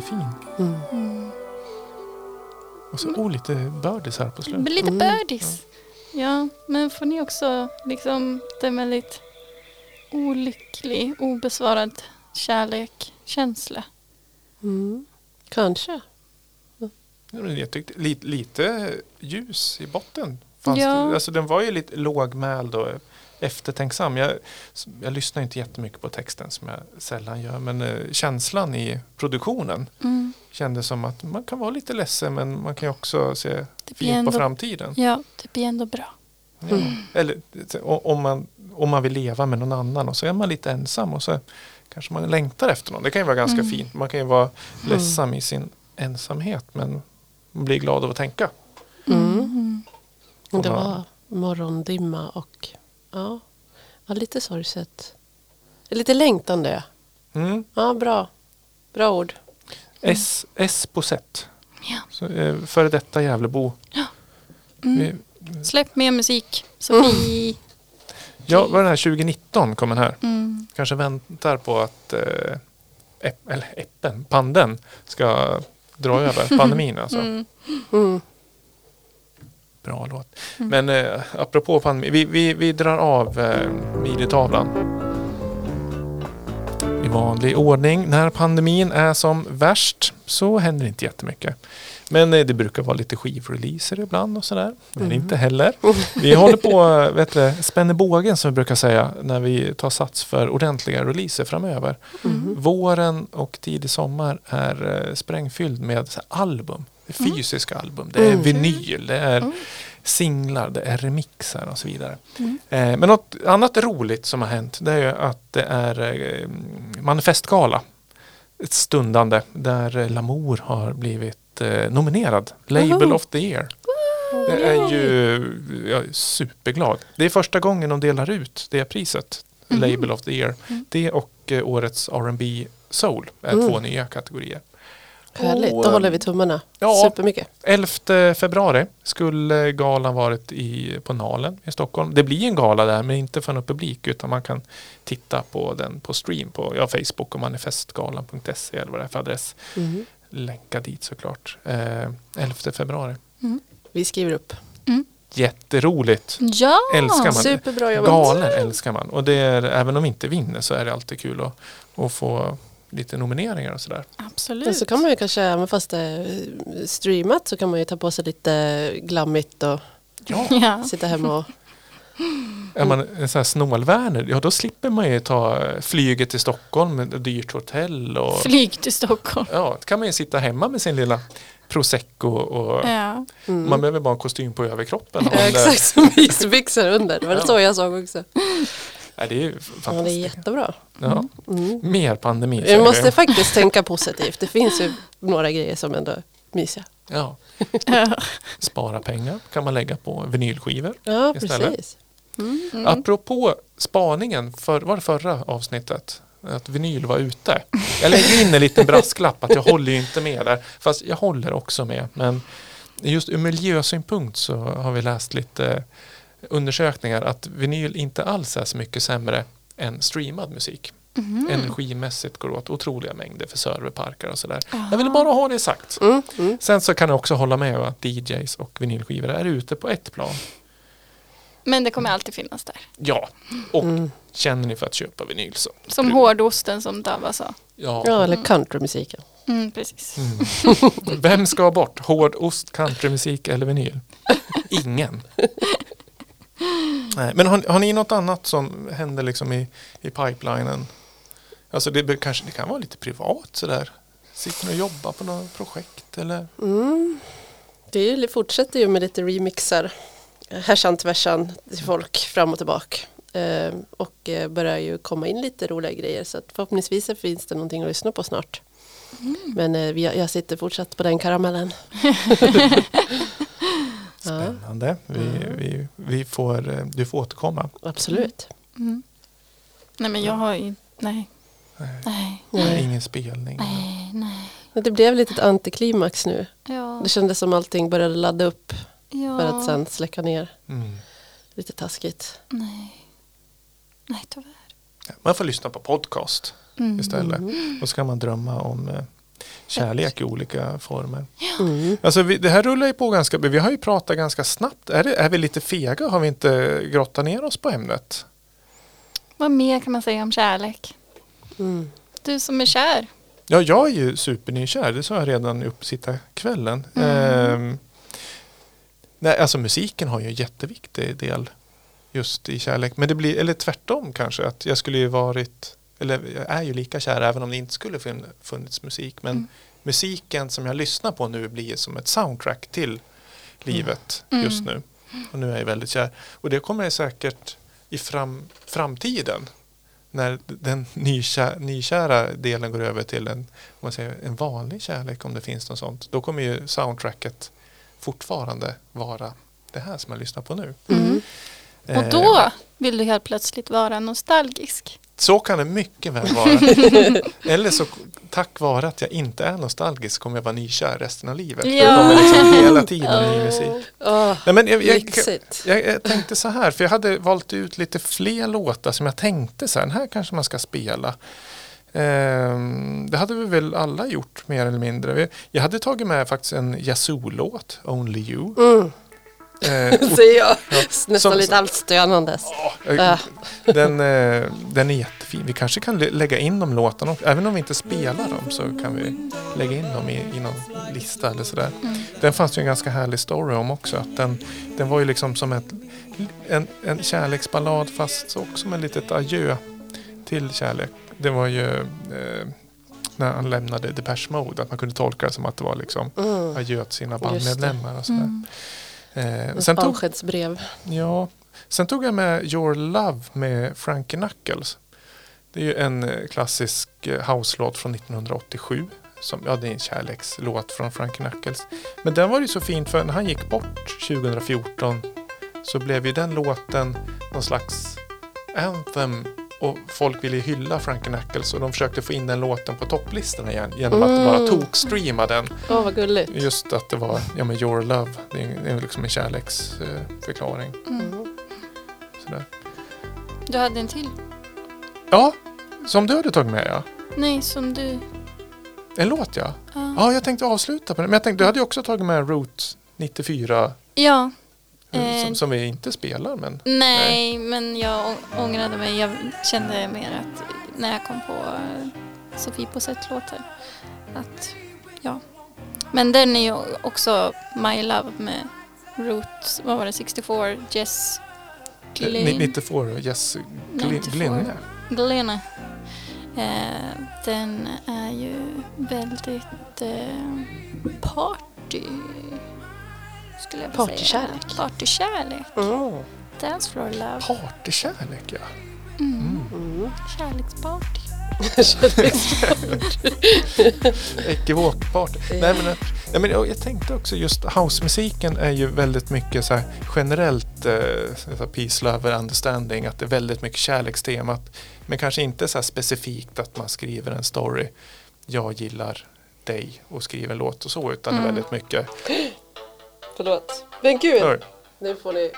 jättefin. Och så lite birdies här på slutet.
Lite birdies. Ja, men får ni också liksom den väldigt olycklig, obesvarad kärlekskänsla?
Kanske.
Jag tyckte lite ljus i botten. Fast
Ja.
alltså, den var ju lite lågmäld och eftertänksam. Jag lyssnar inte jättemycket på texten som jag sällan gör. Men känslan i produktionen kändes som att man kan vara lite ledsen men man kan ju också se fint på framtiden.
Ja, det blir ändå bra.
Ja. Eller om man vill leva med någon annan och så är man lite ensam och så kanske man längtar efter någon. Det kan ju vara ganska fint. Man kan ju vara ledsam i sin ensamhet men man blir glad av att tänka.
Det var morgondimma och var lite sorgset. Lite längtande. Ja, bra ord.
S på sätt.
Ja.
Så, före detta Gävlebo.
Släpp mer musik, Sofie.
Ja, var den här 2019 kom den här. Kanske väntar på att pandemin ska dra över pandemin alltså. Bra låt. Men apropå pandemi, vi drar av midi-tavlan i vanlig ordning. När pandemin är som värst så händer inte jättemycket. Men det brukar vara lite skivreleaser ibland och sådär. Men inte heller. Vi håller på spänner bågen som vi brukar säga när vi tar sats för ordentliga releaser framöver. Våren och tidig sommar är sprängfylld med så här album. Det är fysiska album. Det är vinyl. Det är singlar. Det är remixar och så vidare. Men något annat roligt som har hänt det är ju att det är manifestgala. Ett stundande där Lamour har blivit nominerad. Label of the year. Det är ju jag är superglad. Det är första gången de delar ut det priset. Label of the year. Det och årets R&B Soul är 2 nya kategorier.
Härligt, då håller vi tummarna.
Ja,
Supermycket.
11 februari skulle galan varit på Nalen i Stockholm. Det blir en gala där men inte för någon publik utan man kan titta på den på stream på Facebook och manifestgalan.se eller vad det är för adress. Länka dit såklart. 11 februari.
Vi skriver upp.
Jätteroligt.
Ja,
Älskar man.
Superbra jobbat.
Galer älskar man. Och det är, även om vi inte vinner så är det alltid kul att få lite nomineringar och sådär.
absolut.
Men så kan man ju kanske, även fast det är streamat, så kan man ju ta på sig lite glammigt och
Ja.
sitta hemma och...
Är man en sån här snålvärner, ja då slipper man ju ta flyget till Stockholm med ett dyrt hotell. Och,
Flyg till Stockholm.
ja, då kan man ju sitta hemma med sin lilla prosecco och
Ja.
man behöver bara en kostym på överkroppen.
Ja, exakt, som isbyxor under. Det var så jag såg också.
Ja, det är ju
Ja,
fantastiskt.
det är jättebra.
Ja. Mer pandemi.
Vi måste faktiskt tänka positivt. Det finns ju några grejer som ändå är mysiga.
Ja. Spara pengar kan man lägga på vinylskivor.
Ja,
Istället.
precis.
Apropå spaningen, var det förra avsnittet? Att vinyl var ute. Jag lägger in en liten brasklapp att jag håller ju inte med där. Fast jag håller också med. Men just ur miljösynpunkt så har vi läst lite undersökningar att vinyl inte alls är så mycket sämre än streamad musik. Energimässigt går det åt otroliga mängder för serverparker och sådär. Jag vill bara ha det sagt. Sen så kan jag också hålla med att DJs och vinylskivor är ute på ett plan.
Men det kommer alltid finnas där.
Ja, och känner ni för att köpa vinyl så.
Som hårdosten som Dava sa.
Ja, eller countrymusiken.
Precis.
Vem ska bort? Hårdost, countrymusik eller vinyl? Ingen. Nej, men har ni något annat som händer liksom i pipelinen? Alltså det kan vara lite privat sådär. Sitter och jobbar på något projekt eller?
Det fortsätter ju med lite remixar. Härsan tvärsan till folk fram och tillbaka. Och börjar ju komma in lite roliga grejer. Så att förhoppningsvis finns det någonting att lyssna på snart. Men jag sitter fortsatt på den karamellen.
Spännande. Du får återkomma.
Absolut.
Nej, men jag har ju... Nej.
Ingen spelning.
Nej.
Men det blev lite ett antiklimax nu.
Ja.
Det kändes som allting började ladda upp
Ja.
för att sen släcka ner.
Mm.
Lite taskigt.
Nej, tyvärr.
Man får lyssna på podcast istället. Och så kan man drömma om kärlek i olika former. Alltså det här rullar ju på ganska, vi har ju pratat ganska snabbt. Är vi lite fega? Har vi inte grottat ner oss på ämnet?
Vad mer kan man säga om kärlek? Du som är kär.
Ja, jag är ju supernykär. Det sa jag redan i uppsittarkvällen. Nej, alltså musiken har ju en jätteviktig del just i kärlek. Men det blir, eller tvärtom kanske, att jag skulle ju varit, eller jag är ju lika kär även om det inte skulle funnits musik. Men musiken som jag lyssnar på nu blir som ett soundtrack till livet just nu. Och nu är jag väldigt kär. Och det kommer jag säkert i framtiden, när den nykära delen går över till en vanlig kärlek, om det finns något sånt. Då kommer ju soundtracket fortfarande vara det här som jag lyssnar på nu.
Och då vill du helt plötsligt vara nostalgisk.
Så kan det mycket väl vara. Eller så tack vare att jag inte är nostalgisk kommer jag vara nykär resten av livet.
Ja.
Det kommer liksom hela tiden ny musik. Nej, men
Lyxigt.
jag tänkte så här, för jag hade valt ut lite fler låtar som jag tänkte så här, den här kanske man ska spela. Det hade vi väl alla gjort mer eller mindre. Jag hade tagit med faktiskt en Yazoo-låt, Only You.
Säger jag. Nästan lite allt stönandes.
Den är jättefin. Vi kanske kan lägga in de låtarna också. Även om vi inte spelar dem så kan vi lägga in dem i någon lista eller sådär. Den fanns ju en ganska härlig story om också. Att den var ju liksom som en kärleksballad fast också med litet adjö till kärlek. Det var ju när han lämnade Depeche Mode, att man kunde tolka det som att det var liksom adjö till sina bandmedlemmar och sådär.
Avskedsbrev.
Sen tog jag med Your Love med Frankie Knuckles. Det är ju en klassisk house-låt från 1987. Det är en kärlekslåt från Frankie Knuckles. Men den var ju så fint, för när han gick bort 2014 så blev ju den låten någon slags anthem. Och folk ville hylla Frankie Knuckles och de försökte få in den låten på topplistorna igen genom att bara tokstreama den.
Vad gulligt.
Just att det var Your Love. Det är liksom en kärleksförklaring. Sådär.
Du hade en till?
Ja, som du hade tagit med, ja.
Nej, som du...
En låt, ja. Ja, jag tänkte avsluta på den. Men jag tänkte, du hade ju också tagit med Route 94.
Ja.
Som vi inte spelar, men...
Nej, men jag ångrade mig. Jag kände mer att när jag kom på Sofie Posset-låten att, ja. Men den är ju också My Love med Route, vad var det, 64, Jess Glynne.
94, Jess Glynne.
Glynne. Den är ju väldigt party, skulle jag vilja säga. Partykärlek. Dance floor love.
Partykärlek, ja.
Kärleksparty.
Ekivokparty. Nej, men jag tänkte också just housemusiken är ju väldigt mycket så här generellt peace, love, understanding, att det är väldigt mycket kärlekstemat, men kanske inte så här specifikt att man skriver en story, jag gillar dig och skriver en låt och så, utan det är väldigt mycket.
Förlåt. Men gud, nu får ni...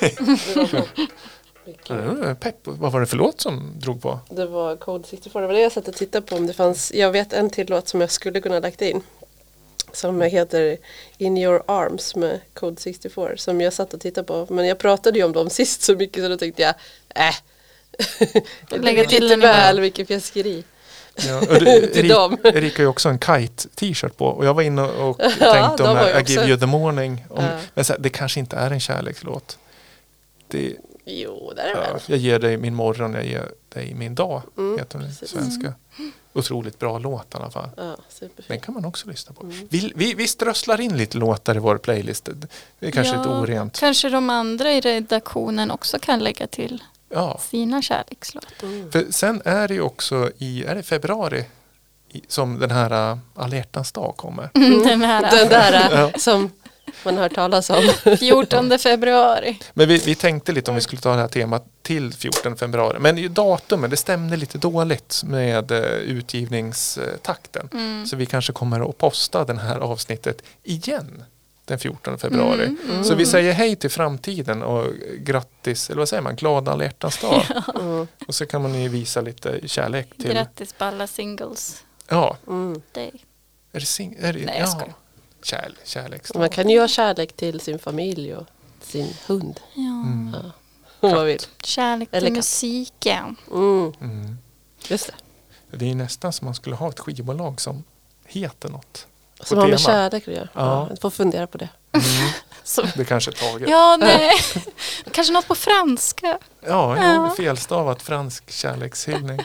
Pepp. Vad var det för låt som drog på?
Det var Code 64. Det var det jag satt och tittade på om det fanns. Jag vet en till låt som jag skulle kunna lagt in. Som heter In Your Arms med Code 64. Som jag satt och tittade på. Men jag pratade ju om dem sist så mycket så då tänkte jag
lägga till
lite väl mycket fjäskeri.
Ja, Erika har ju också en Kite-t-shirt på. Och jag var inne och tänkte om I Give You The Morning. Men så här, det kanske inte är en kärlekslåt.
Jo, det är det väl.
Jag ger dig min morgon, jag ger dig min dag. Heter den svenska. Otroligt bra låt i alla fall.
Ja, superfint.
Den kan man också lyssna på. Vi strösslar in lite låtar i vår playlist. Det är kanske lite orent.
Kanske de andra i redaktionen också kan lägga till sina kärlekslåtar.
För sen är det ju också är det februari som den här Alla hjärtans dag kommer.
Den
där som man har hört talas om.
14 februari.
Men vi tänkte lite om vi skulle ta det här temat till 14 februari. Men datumen, det stämde lite dåligt med utgivningstakten. Så vi kanske kommer att posta den här avsnittet igen den 14 februari. Så vi säger hej till framtiden och grattis, eller vad säger man, glad alla hjärtans dag. Och så kan man ju visa lite kärlek till...
Grattis på alla singles.
Ja.
Day.
är det,
Nej, jag skojar.
Kärlek.
Man kan ju ha kärlek till sin familj och sin hund.
Ja.
Om man vill.
Kärlek
Eller
till
katt.
musiken.
Just det.
Det är nästan som man skulle ha ett skivbolag som heter något. på
Som har med
tema.
kärlek att göra.
Ja.
Jag får fundera på det.
Det kanske är taget.
Ja, nej. Kanske något på franska.
Ja, felstavat fransk kärlekshyllning.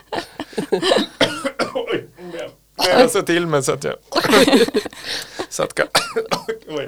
Oj, jag sa till mig så att jag oj.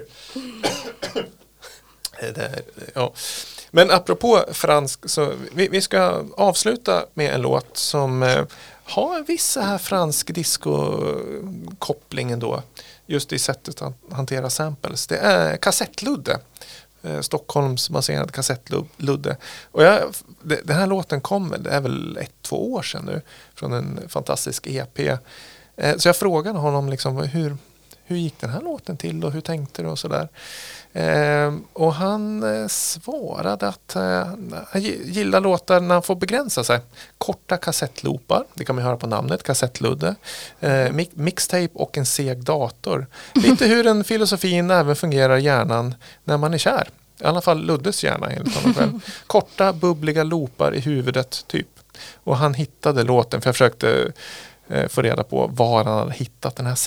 Ja. Men apropå fransk, så vi ska avsluta med en låt som har en viss så här fransk disco-koppling ändå. Just i sättet att hantera samples. Det är kassettludde. Stockholmsbaserad kassettludde. Och den här låten kommer, det är väl 1-2 år sedan nu, från en fantastisk EP. Så jag frågade honom liksom, hur gick den här låten till och hur tänkte du och sådär. Och han svarade att han gillar låtar när han får begränsa sig. Korta kassettloopar, det kan man höra på namnet, kassettludde. Mixtape och en seg dator. Lite hur en filosofin även fungerar i hjärnan när man är kär. I alla fall Luddes hjärna enligt honom själv. Korta, bubbliga loopar i huvudet typ. Och han hittade låten, för jag försökte få reda på var han hade hittat den här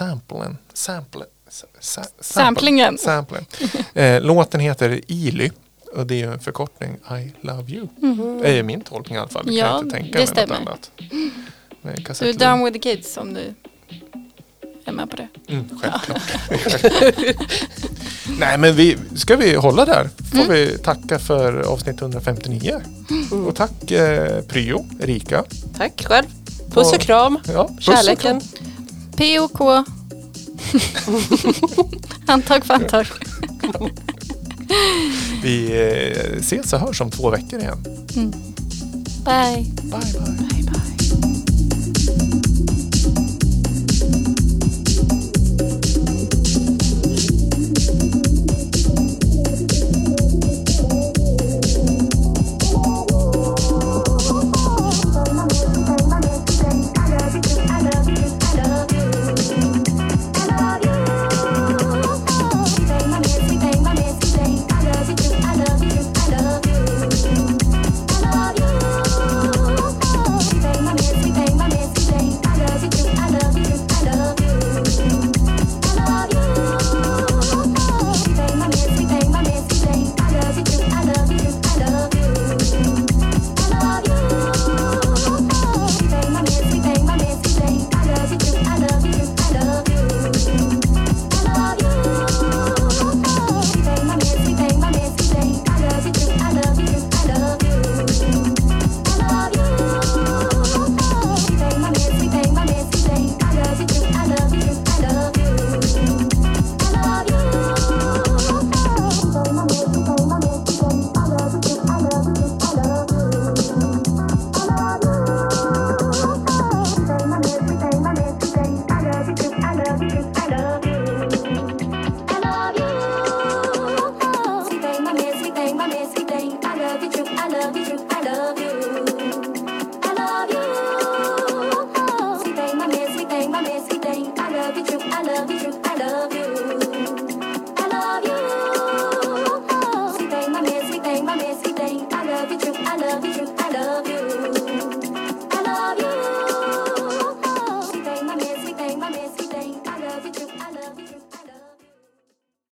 samplingen. Låten heter Ily och det är en förkortning I love you. Det är min tolkning i alla fall.
Ja,
kan inte tänka
det
mig
stämmer.
något annat.
Du är down with the kids om du är med på det.
Självklart. Nej, men ska vi hålla där? Får vi tacka för avsnitt 159. Och tack Pryo, Erika.
Tack själv. Puss och kram.
Ja, puss och
Kärleken.
POK. Handtag för handtag.
Vi ses och hörs om 2 veckor igen.
Bye.
Bye.
I love you.